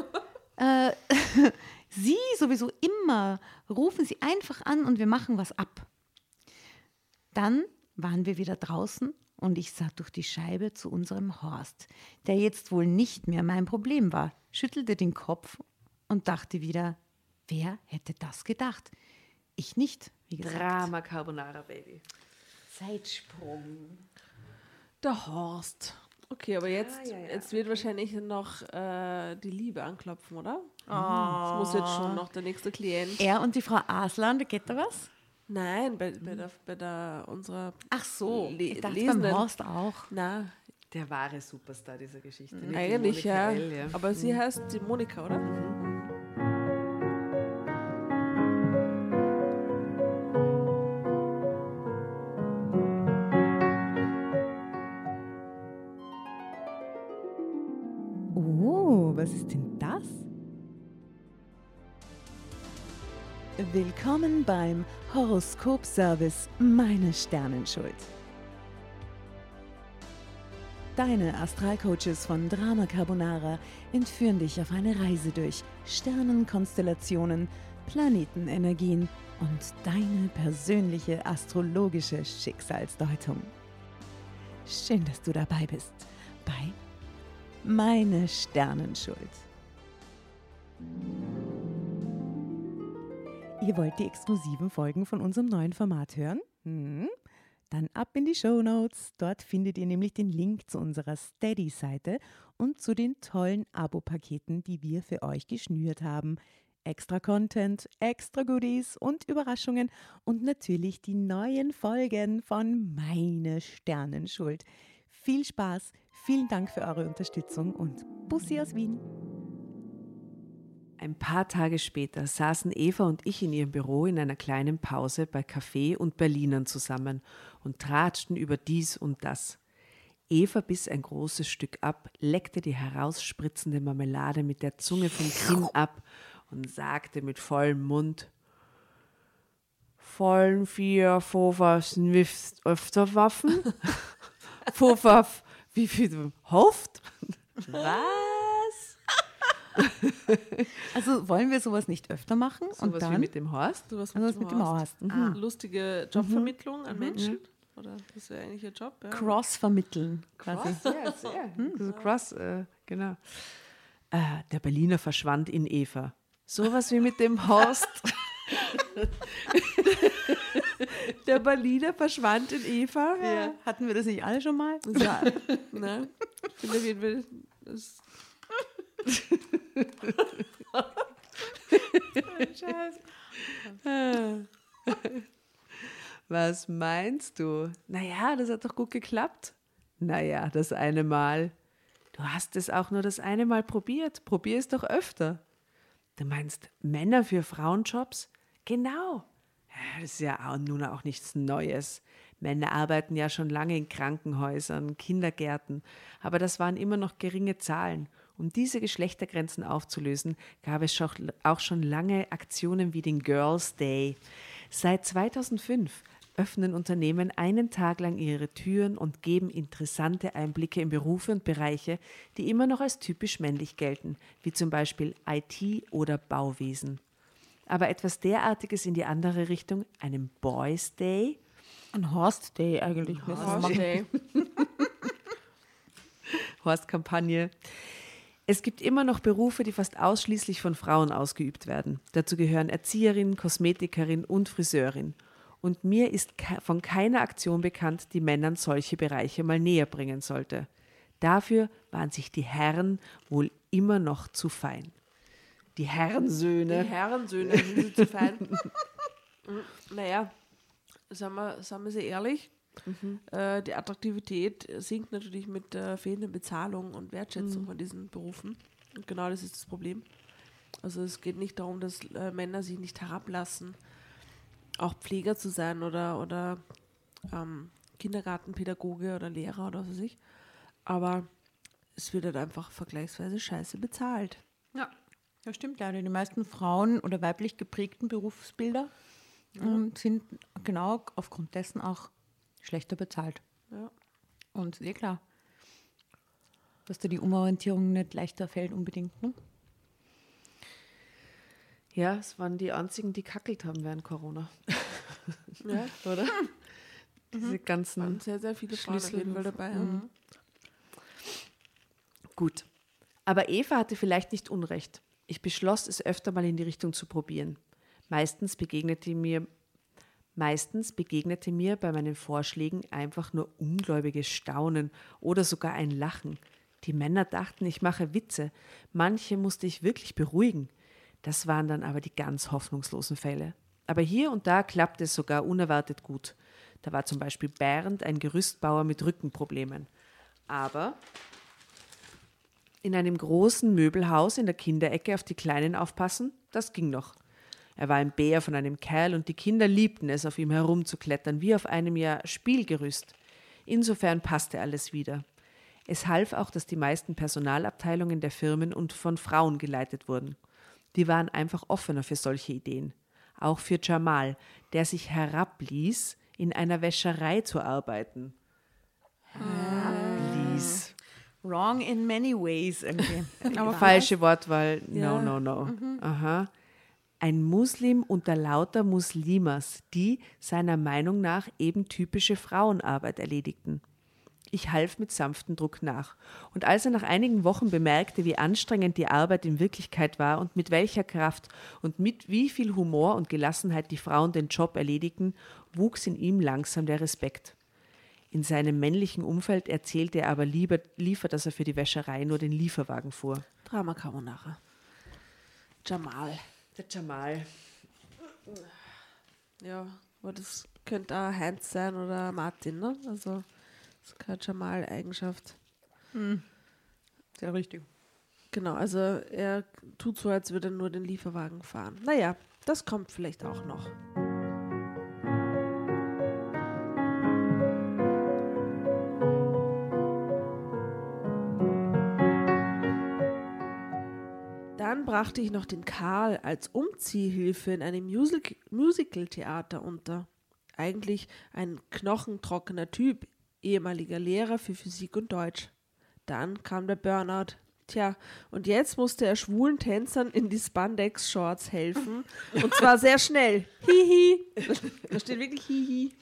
Sie sowieso immer, rufen Sie einfach an und wir machen was ab. Dann waren wir wieder draußen und ich sah durch die Scheibe zu unserem Horst, der jetzt wohl nicht mehr mein Problem war, schüttelte den Kopf und dachte wieder, wer hätte das gedacht? Ich nicht, wie gesagt. Drama Carbonara, Baby. Zeitsprung. Der Horst. Okay, aber jetzt, Ja. jetzt wird wahrscheinlich noch die Liebe anklopfen, oder? Das muss jetzt schon noch der nächste Klient. Er und die Frau Aslan, da geht da was? Nein, bei der unserer Ach so, Le- ich dachte Lesenden. beim Horst auch. Na, Der wahre Superstar dieser Geschichte. nicht die eigentlich Monika ja. L., Aber sie heißt die Monika, oder? Oh, was ist denn das? Willkommen beim Horoskop-Service Meine Sternenschuld. Deine Astralcoaches von Drama Carbonara entführen dich auf eine Reise durch Sternenkonstellationen, Planetenenergien und deine persönliche astrologische Schicksalsdeutung. Schön, dass du dabei bist bei Meine Sternenschuld. Ihr wollt die exklusiven Folgen von unserem neuen Format hören? Dann ab in die Shownotes. Dort findet ihr nämlich den Link zu unserer Steady-Seite und zu den tollen Abo-Paketen, die wir für euch geschnürt haben. Extra Content, extra Goodies und Überraschungen und natürlich die neuen Folgen von Meine Sternenschuld. viel Spaß, vielen Dank für eure Unterstützung und Bussi aus Wien. Ein paar Tage später saßen Eva und ich in ihrem Büro in einer kleinen Pause bei Kaffee und Berlinern zusammen und tratschten über dies und das. Eva biss ein großes Stück ab, leckte die herausspritzende Marmelade mit der Zunge vom Kinn ab und sagte mit vollem Mund: Vollen 4, 5, Nifst öfter Waffen? 5, wie viel du hofft? Was? Also wollen wir sowas nicht öfter machen? Sowas und dann wie mit dem Horst? Du was also was mit dem Horst. Lustige Jobvermittlung an Menschen. Oder das wäre eigentlich ihr Job. Ja. Cross vermitteln quasi. Ja, sehr. Also Cross, genau. Der Berliner verschwand in Eva. Sowas wie mit dem Horst. Der Berliner verschwand in Eva. Ja. Hatten wir das nicht alle schon mal? Ja, ne? Ich finde auf jeden Fall, das Was meinst du? Naja, das hat doch gut geklappt. Naja, das eine Mal. Du hast es auch nur das eine Mal probiert. Probier es doch öfter. Du meinst Männer für Frauenjobs? Genau. Ja, das ist ja nun auch nichts Neues. Männer arbeiten ja schon lange in Krankenhäusern, Kindergärten, aber das waren immer noch geringe Zahlen. Um diese Geschlechtergrenzen aufzulösen, gab es auch schon lange Aktionen wie den Girls' Day. Seit 2005 öffnen Unternehmen einen Tag lang ihre Türen und geben interessante Einblicke in Berufe und Bereiche, die immer noch als typisch männlich gelten, wie zum Beispiel IT oder Bauwesen. Aber etwas derartiges in die andere Richtung, einen Boys' Day? Ein Horst Day eigentlich. Horst Day. Horst-Kampagne. Es gibt immer noch Berufe, die fast ausschließlich von Frauen ausgeübt werden. Dazu gehören Erzieherin, Kosmetikerin und Friseurin. Und mir ist von keiner Aktion bekannt, die Männern solche Bereiche mal näher bringen sollte. Dafür waren sich die Herren wohl immer noch zu fein. Die Herrensöhne. Die Herrensöhne sind zu fein. Naja, sagen wir sie ehrlich, die Attraktivität sinkt natürlich mit der fehlenden Bezahlung und Wertschätzung von diesen Berufen. Und genau das ist das Problem. Also es geht nicht darum, dass Männer sich nicht herablassen, auch Pfleger zu sein oder Kindergartenpädagoge oder Lehrer oder was weiß ich. Aber es wird halt einfach vergleichsweise scheiße bezahlt. Ja, das stimmt leider. Die meisten Frauen oder weiblich geprägten Berufsbilder sind genau aufgrund dessen auch schlechter bezahlt. Ja. Und ist klar, dass da die Umorientierung nicht leichter fällt unbedingt. Ne? Ja, es waren die einzigen, die kackelt haben während Corona. Ja. Oder? Diese ganzen Waren sehr, sehr viele Frauen auf jeden Fall dabei. Ja. Gut. Aber Eva hatte vielleicht nicht Unrecht. Ich beschloss, es öfter mal in die Richtung zu probieren. Meistens begegnete mir bei meinen Vorschlägen einfach nur ungläubiges Staunen oder sogar ein Lachen. Die Männer dachten, ich mache Witze. Manche musste ich wirklich beruhigen. Das waren dann aber die ganz hoffnungslosen Fälle. Aber hier und da klappte es sogar unerwartet gut. Da war zum Beispiel Bernd ein Gerüstbauer mit Rückenproblemen. Aber in einem großen Möbelhaus in der Kinderecke auf die Kleinen aufpassen, das ging noch. Er war ein Bär von einem Kerl und die Kinder liebten es, auf ihm herumzuklettern, wie auf einem Spielgerüst. Insofern passte alles wieder. Es half auch, dass die meisten Personalabteilungen der Firmen und von Frauen geleitet wurden. Die waren einfach offener für solche Ideen. Auch für Jamal, der sich herabließ, in einer Wäscherei zu arbeiten. Herabließ. Wrong in many ways irgendwie. Aber falsche Wortwahl. No. Aha. Ein Muslim unter lauter Muslimas, die seiner Meinung nach eben typische Frauenarbeit erledigten. Ich half mit sanftem Druck nach. Und als er nach einigen Wochen bemerkte, wie anstrengend die Arbeit in Wirklichkeit war und mit welcher Kraft und mit wie viel Humor und Gelassenheit die Frauen den Job erledigten, wuchs in ihm langsam der Respekt. In seinem männlichen Umfeld erzählte er aber lieber, dass er für die Wäscherei nur den Lieferwagen fuhr. Drama Carbonara. Jamal. Der Jamal. Ja, aber das könnte auch Heinz sein oder Martin, ne? Also Das ist keine Jamal-Eigenschaft. Sehr richtig. Genau, also er tut so, als würde er nur den Lieferwagen fahren. Naja, das kommt vielleicht auch noch. Dann brachte ich noch den Karl als Umziehhilfe in einem Musicaltheater unter. Eigentlich ein knochentrockener Typ, ehemaliger Lehrer für Physik und Deutsch. Dann kam der Burnout. Tja, und jetzt musste er schwulen Tänzern in die Spandex-Shorts helfen. Und zwar sehr schnell. Hihi. Da steht wirklich Hihi.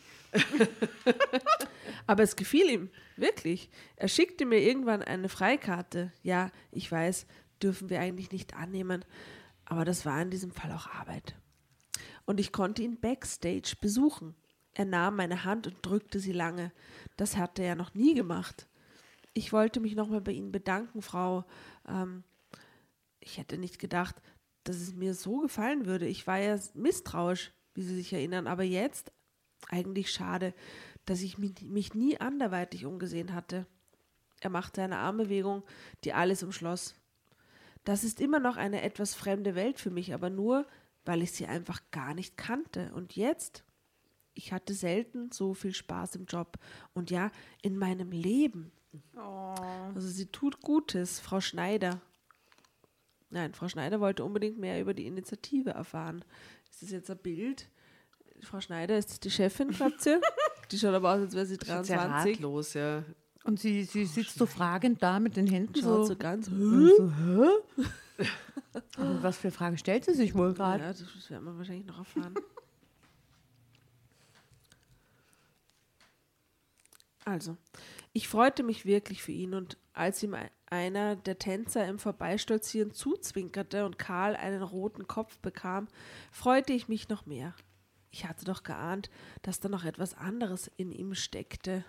Aber es gefiel ihm, wirklich. Er schickte mir irgendwann eine Freikarte. Ja, ich weiß, dürfen wir eigentlich nicht annehmen. Aber das war in diesem Fall auch Arbeit. Und ich konnte ihn backstage besuchen. Er nahm meine Hand und drückte sie lange. Das hatte er noch nie gemacht. Ich wollte mich nochmal bei Ihnen bedanken, Frau. Ich hätte nicht gedacht, dass es mir so gefallen würde. Ich war ja misstrauisch, wie Sie sich erinnern. Aber jetzt, eigentlich schade, dass ich mich nie anderweitig umgesehen hatte. Er machte eine Armbewegung, die alles umschloss. Das ist immer noch eine etwas fremde Welt für mich, aber nur, weil ich sie einfach gar nicht kannte. Und jetzt, ich hatte selten so viel Spaß im Job. Und ja, in meinem Leben. Oh. Also sie tut Gutes, Frau Schneider. Nein, Frau Schneider wollte unbedingt mehr über die Initiative erfahren. Ist das jetzt ein Bild? Frau Schneider, ist das die Chefin, glaubt ihr? Die schaut aber aus, als wäre sie 23. Sehr ratlos, ja. Und sie sitzt so fragend da mit den Händen Schaut so. so ganz. Und was für Fragen stellt sie sich wohl gerade? Ja, das werden wir wahrscheinlich noch erfahren. Also, ich freute mich wirklich für ihn und als ihm einer der Tänzer im Vorbeistolzieren zuzwinkerte und Karl einen roten Kopf bekam, freute ich mich noch mehr. Ich hatte doch geahnt, dass da noch etwas anderes in ihm steckte.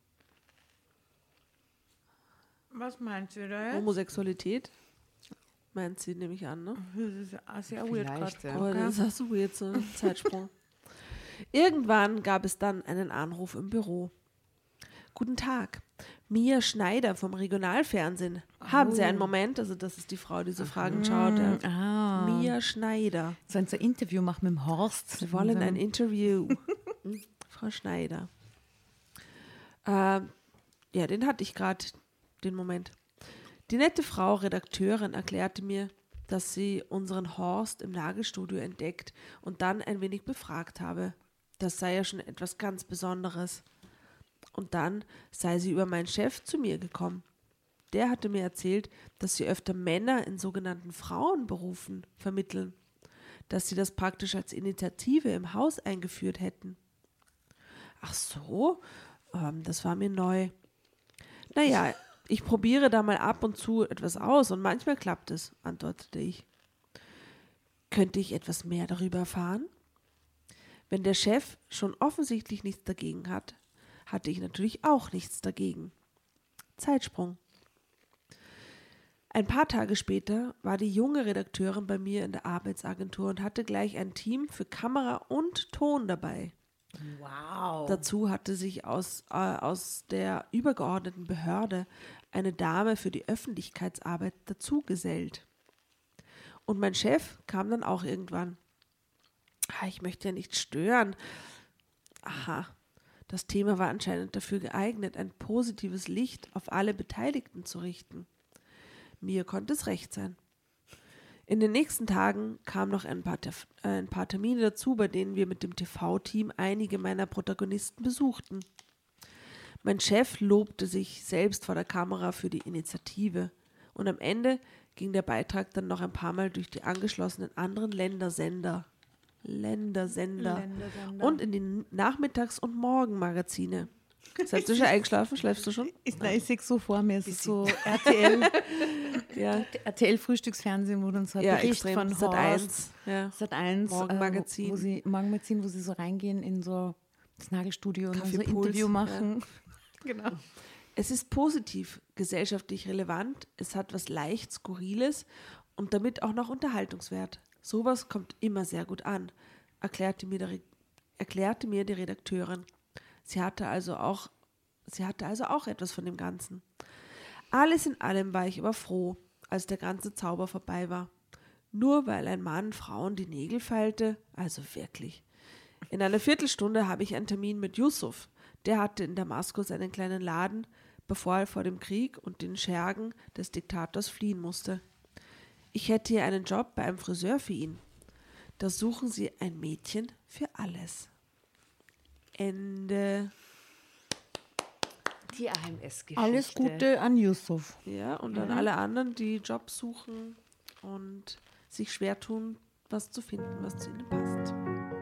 Was meint sie da jetzt? Homosexualität? Meint sie, nehme ich an, ne? Das ist ja sehr weird Vielleicht, gerade. ja. Aber das ist auch so weird, so ein Zeitsprung. Irgendwann gab es dann einen Anruf im Büro. Guten Tag, Mia Schneider vom Regionalfernsehen. Haben Sie einen Moment? Also das ist die Frau, die so Fragend schaut. Ja. Ah. Mia Schneider. Sollen sie ein Interview machen mit dem Horst? Sie wollen ein Interview. Frau Schneider. Ja, den hatte ich gerade, den Moment. Die nette Frau Redakteurin erklärte mir, dass sie unseren Horst im Nagelstudio entdeckt und dann ein wenig befragt habe. Das sei ja schon etwas ganz Besonderes. Und dann sei sie über meinen Chef zu mir gekommen. Der hatte mir erzählt, dass sie öfter Männer in sogenannten Frauenberufen vermitteln, dass sie das praktisch als Initiative im Haus eingeführt hätten. Ach so, das war mir neu. Naja, ich probiere da mal ab und zu etwas aus und manchmal klappt es, antwortete ich. Könnte ich etwas mehr darüber erfahren? Wenn der Chef schon offensichtlich nichts dagegen hat, hatte ich natürlich auch nichts dagegen. Zeitsprung. Ein paar Tage später war die junge Redakteurin bei mir in der Arbeitsagentur und hatte gleich ein Team für Kamera und Ton dabei. Wow. Dazu hatte sich aus der übergeordneten Behörde eine Dame für die Öffentlichkeitsarbeit dazugesellt. Und mein Chef kam dann auch irgendwann. Ich möchte ja nicht stören. Aha. Das Thema war anscheinend dafür geeignet, ein positives Licht auf alle Beteiligten zu richten. Mir konnte es recht sein. In den nächsten Tagen kamen noch ein paar Termine dazu, bei denen wir mit dem TV-Team einige meiner Protagonisten besuchten. Mein Chef lobte sich selbst vor der Kamera für die Initiative und am Ende ging der Beitrag dann noch ein paar Mal durch die angeschlossenen anderen Ländersender und in die Nachmittags- und Morgenmagazine. Seid ihr schon eingeschlafen? Schläfst du schon? Ich sehe so vor mir, es ist so RTL, Ja, RTL-Frühstücksfernsehen, wo dann so ein ja, Bericht extrem. von Sat.1. Horst, Ja. Sat.1, Morgenmagazin. Morgenmagazin, wo sie so reingehen in so das Nagelstudio und dann so ein Kaffeepuls, Interview machen. Genau. Es ist positiv, gesellschaftlich relevant, es hat was leicht Skurriles und damit auch noch Unterhaltungswert. Sowas kommt immer sehr gut an, erklärte mir die Redakteurin. Sie hatte also auch Sie hatte also auch etwas von dem Ganzen. Alles in allem war ich aber froh, als der ganze Zauber vorbei war. Nur weil ein Mann Frauen die Nägel feilte, also wirklich. In einer Viertelstunde habe ich einen Termin mit Yusuf. Der hatte in Damaskus einen kleinen Laden, bevor er vor dem Krieg und den Schergen des Diktators fliehen musste. Ich hätte hier einen Job bei einem Friseur für ihn. Da suchen sie ein Mädchen für alles. Ende. Die AMS-Geschichte. Alles Gute an Yusuf. Ja, und an alle anderen, die Jobs suchen und sich schwer tun, was zu finden, was zu ihnen passt.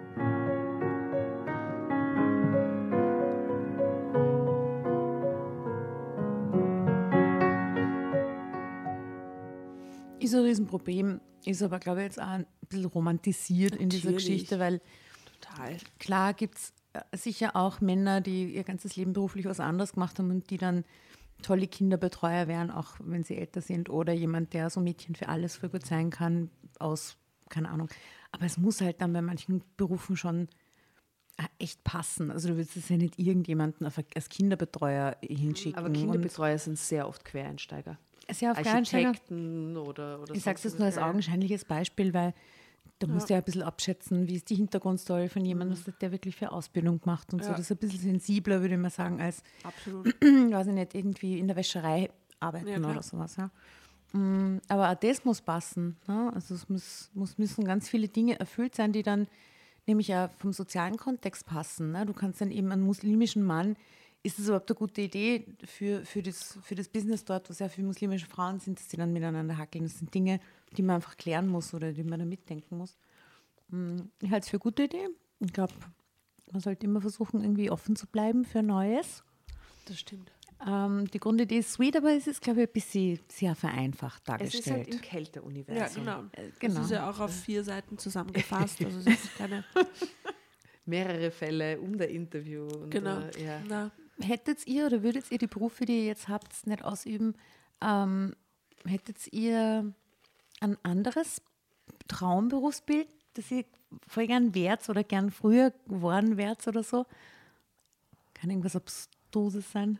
Ist ein Riesenproblem, ist aber, glaube ich, jetzt auch ein bisschen romantisiert in dieser Natürlich. Geschichte, weil Total. klar gibt es sicher auch Männer, die ihr ganzes Leben beruflich was anderes gemacht haben und die dann tolle Kinderbetreuer wären, auch wenn sie älter sind, oder jemand, der so Mädchen für alles voll gut sein kann, aus, keine Ahnung. Aber es muss halt dann bei manchen Berufen schon echt passen. Also du willst es ja nicht irgendjemanden als Kinderbetreuer hinschicken. Aber Kinderbetreuer sind sehr oft Quereinsteiger. Sehr auf Quereinsteiger. Architekten oder Ich sage es sonst jetzt nur als was. augenscheinliches Beispiel, weil da musst du ja ein bisschen abschätzen, wie ist die Hintergrundstory von jemandem, was hat der wirklich für Ausbildung gemacht und so. Ja. Das ist ein bisschen sensibler, würde ich mal sagen, als, Absolut. weiß ich nicht, irgendwie in der Wäscherei arbeiten Ja, klar. oder sowas. Ja. Aber auch das muss passen. Ne? Also es müssen ganz viele Dinge erfüllt sein, die dann nämlich auch vom sozialen Kontext passen. Ne? Du kannst dann eben einen muslimischen Mann, ist das überhaupt eine gute Idee für das Business dort, wo sehr viele muslimische Frauen sind, dass die dann miteinander hackeln? Das sind Dinge, die man einfach klären muss oder die man da mitdenken muss. Ich halte es für eine gute Idee. Ich glaube, man sollte immer versuchen, irgendwie offen zu bleiben für Neues. Das stimmt. Die Grundidee ist sweet, aber es ist, glaube ich, ein bisschen sehr vereinfacht Es ist halt dargestellt. im Kälteuniversum. Ja, genau. genau. Das ist ja auch auf 4 Seiten zusammengefasst. Also es ist keine. Mehrere Fälle um der Interview. Und, Genau. Ja. Na, Hättet ihr oder würdet ihr die Berufe, die ihr jetzt habt, nicht ausüben, hättet ihr ein anderes Traumberufsbild, das ihr voll gern wärt oder gern früher geworden wärt oder so? Kann irgendwas Abstruses sein?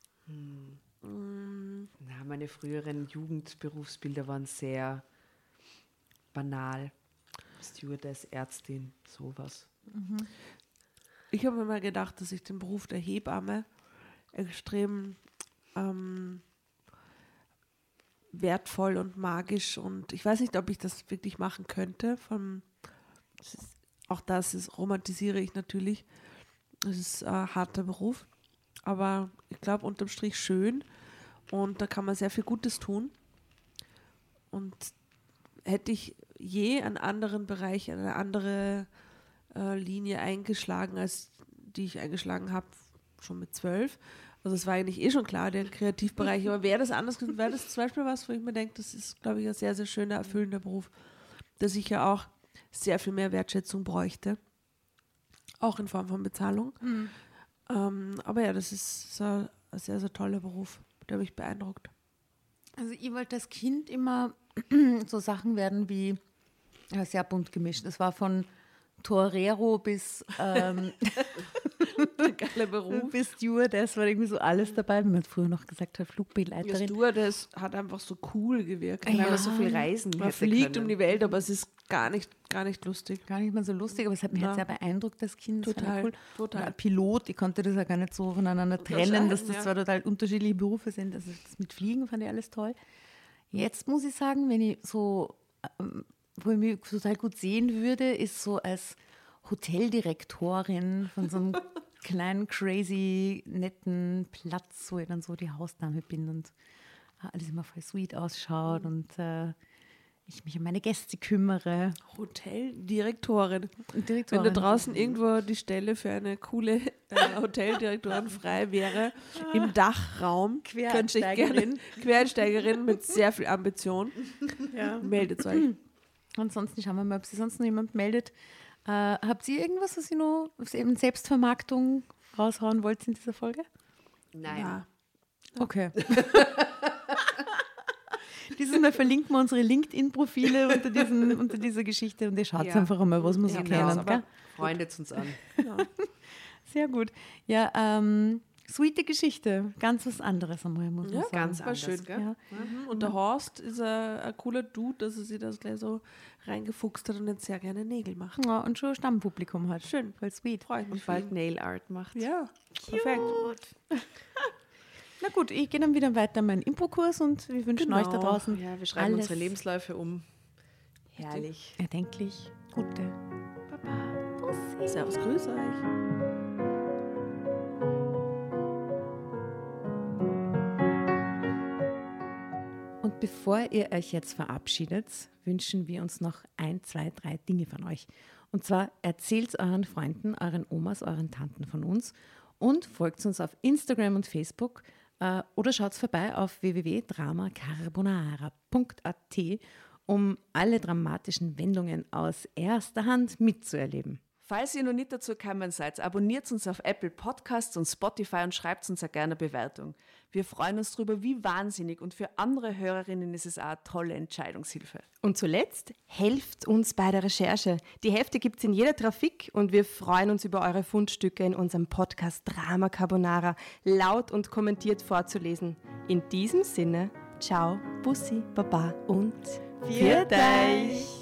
Na, meine früheren Jugendberufsbilder waren sehr banal. Stewardess, Ärztin, sowas. ich habe mir mal gedacht, dass ich den Beruf der Hebamme extrem wertvoll und magisch und ich weiß nicht, ob ich das wirklich machen könnte. Auch das romantisiere ich natürlich. Es ist ein harter Beruf, aber ich glaube unterm Strich schön und da kann man sehr viel Gutes tun. Und hätte ich je einen anderen Bereich, eine andere Linie eingeschlagen, als die ich eingeschlagen habe, schon mit 12. Also es war eigentlich eh schon klar, der Kreativbereich, aber wäre das anders gewesen, wäre das zum Beispiel was, wo ich mir denke, das ist, glaube ich, ein sehr, sehr schöner, erfüllender Beruf, der sicher auch sehr viel mehr Wertschätzung bräuchte, auch in Form von Bezahlung. Aber ja, das ist so ein sehr, sehr toller Beruf, der mich beeindruckt. Also ich wollte als Kind immer so Sachen werden wie sehr bunt gemischt. Es war von Torero bis Geiler Beruf. bis Stewardess, war irgendwie so alles dabei, wie man früher noch gesagt hat, Der Flugbegleiterin. Stewardess hat einfach so cool gewirkt. Weil Ja. man so viel reisen Man hätte fliegt können. um die Welt, aber es ist gar nicht lustig. Gar nicht mal so lustig, aber es hat mich Ja. halt sehr beeindruckt, das Kind. Das Total, war cool. total. Und ein Pilot, ich konnte das ja gar nicht so voneinander trennen, dass das ja. zwar total unterschiedliche Berufe sind. Also das mit Fliegen fand ich alles toll. Jetzt muss ich sagen, wenn ich so, wo ich mich total gut sehen würde, ist so als Hoteldirektorin von so einem kleinen, crazy, netten Platz, wo ich dann so die Hausdame bin und alles immer voll sweet ausschaut und ich mich um meine Gäste kümmere. Hoteldirektorin. Wenn Direktorin. da draußen irgendwo die Stelle für eine coole Hoteldirektorin frei wäre, im Dachraum, könnte ich gerne Quereinsteigerin mit sehr viel Ambition, meldet euch. Ansonsten schauen wir mal, ob sich sonst noch jemand meldet. Habt ihr irgendwas, was ihr noch was eben Selbstvermarktung raushauen wollt in dieser Folge? Nein. Ja. Okay. Dieses Mal verlinken wir unsere LinkedIn-Profile unter dieser Geschichte und ihr schaut Ja. einfach einmal, was wir so Ja, kennen. aber Gell? freundet uns an. Sehr gut. Ja, Sweete Geschichte, ganz was anderes einmal, muss man Ja, sagen. Ganz war anders, schön. gell? Ja. Und der Horst ist ein cooler Dude, dass er sich das gleich so reingefuchst hat und jetzt sehr gerne Nägel macht. Ja, und schon Stammpublikum hat. Schön. Voll sweet. Freue ich mich Und für bald ihn. Nail Art macht. Ja, perfekt. Na gut, ich gehe dann wieder weiter in meinen Impro-Kurs und wir wünschen euch da draußen Ja, wir schreiben alles unsere Lebensläufe um. Herrlich. erdenklich Gute. Baba. Bussi. Servus, grüß euch. Und bevor ihr euch jetzt verabschiedet, wünschen wir uns noch 1, 2, 3 Dinge von euch. Und zwar erzählt es euren Freunden, euren Omas, euren Tanten von uns und folgt uns auf Instagram und Facebook oder schaut vorbei auf www.dramacarbonara.at, um alle dramatischen Wendungen aus erster Hand mitzuerleben. Falls ihr noch nicht dazu gekommen seid, abonniert uns auf Apple Podcasts und Spotify und schreibt uns auch gerne eine Bewertung. Wir freuen uns darüber wie wahnsinnig und für andere Hörerinnen ist es auch eine tolle Entscheidungshilfe. Und zuletzt, helft uns bei der Recherche. Die Hefte gibt es in jeder Trafik und wir freuen uns über eure Fundstücke in unserem Podcast Drama Carbonara laut und kommentiert vorzulesen. In diesem Sinne, ciao, Bussi, Baba und Viert euch!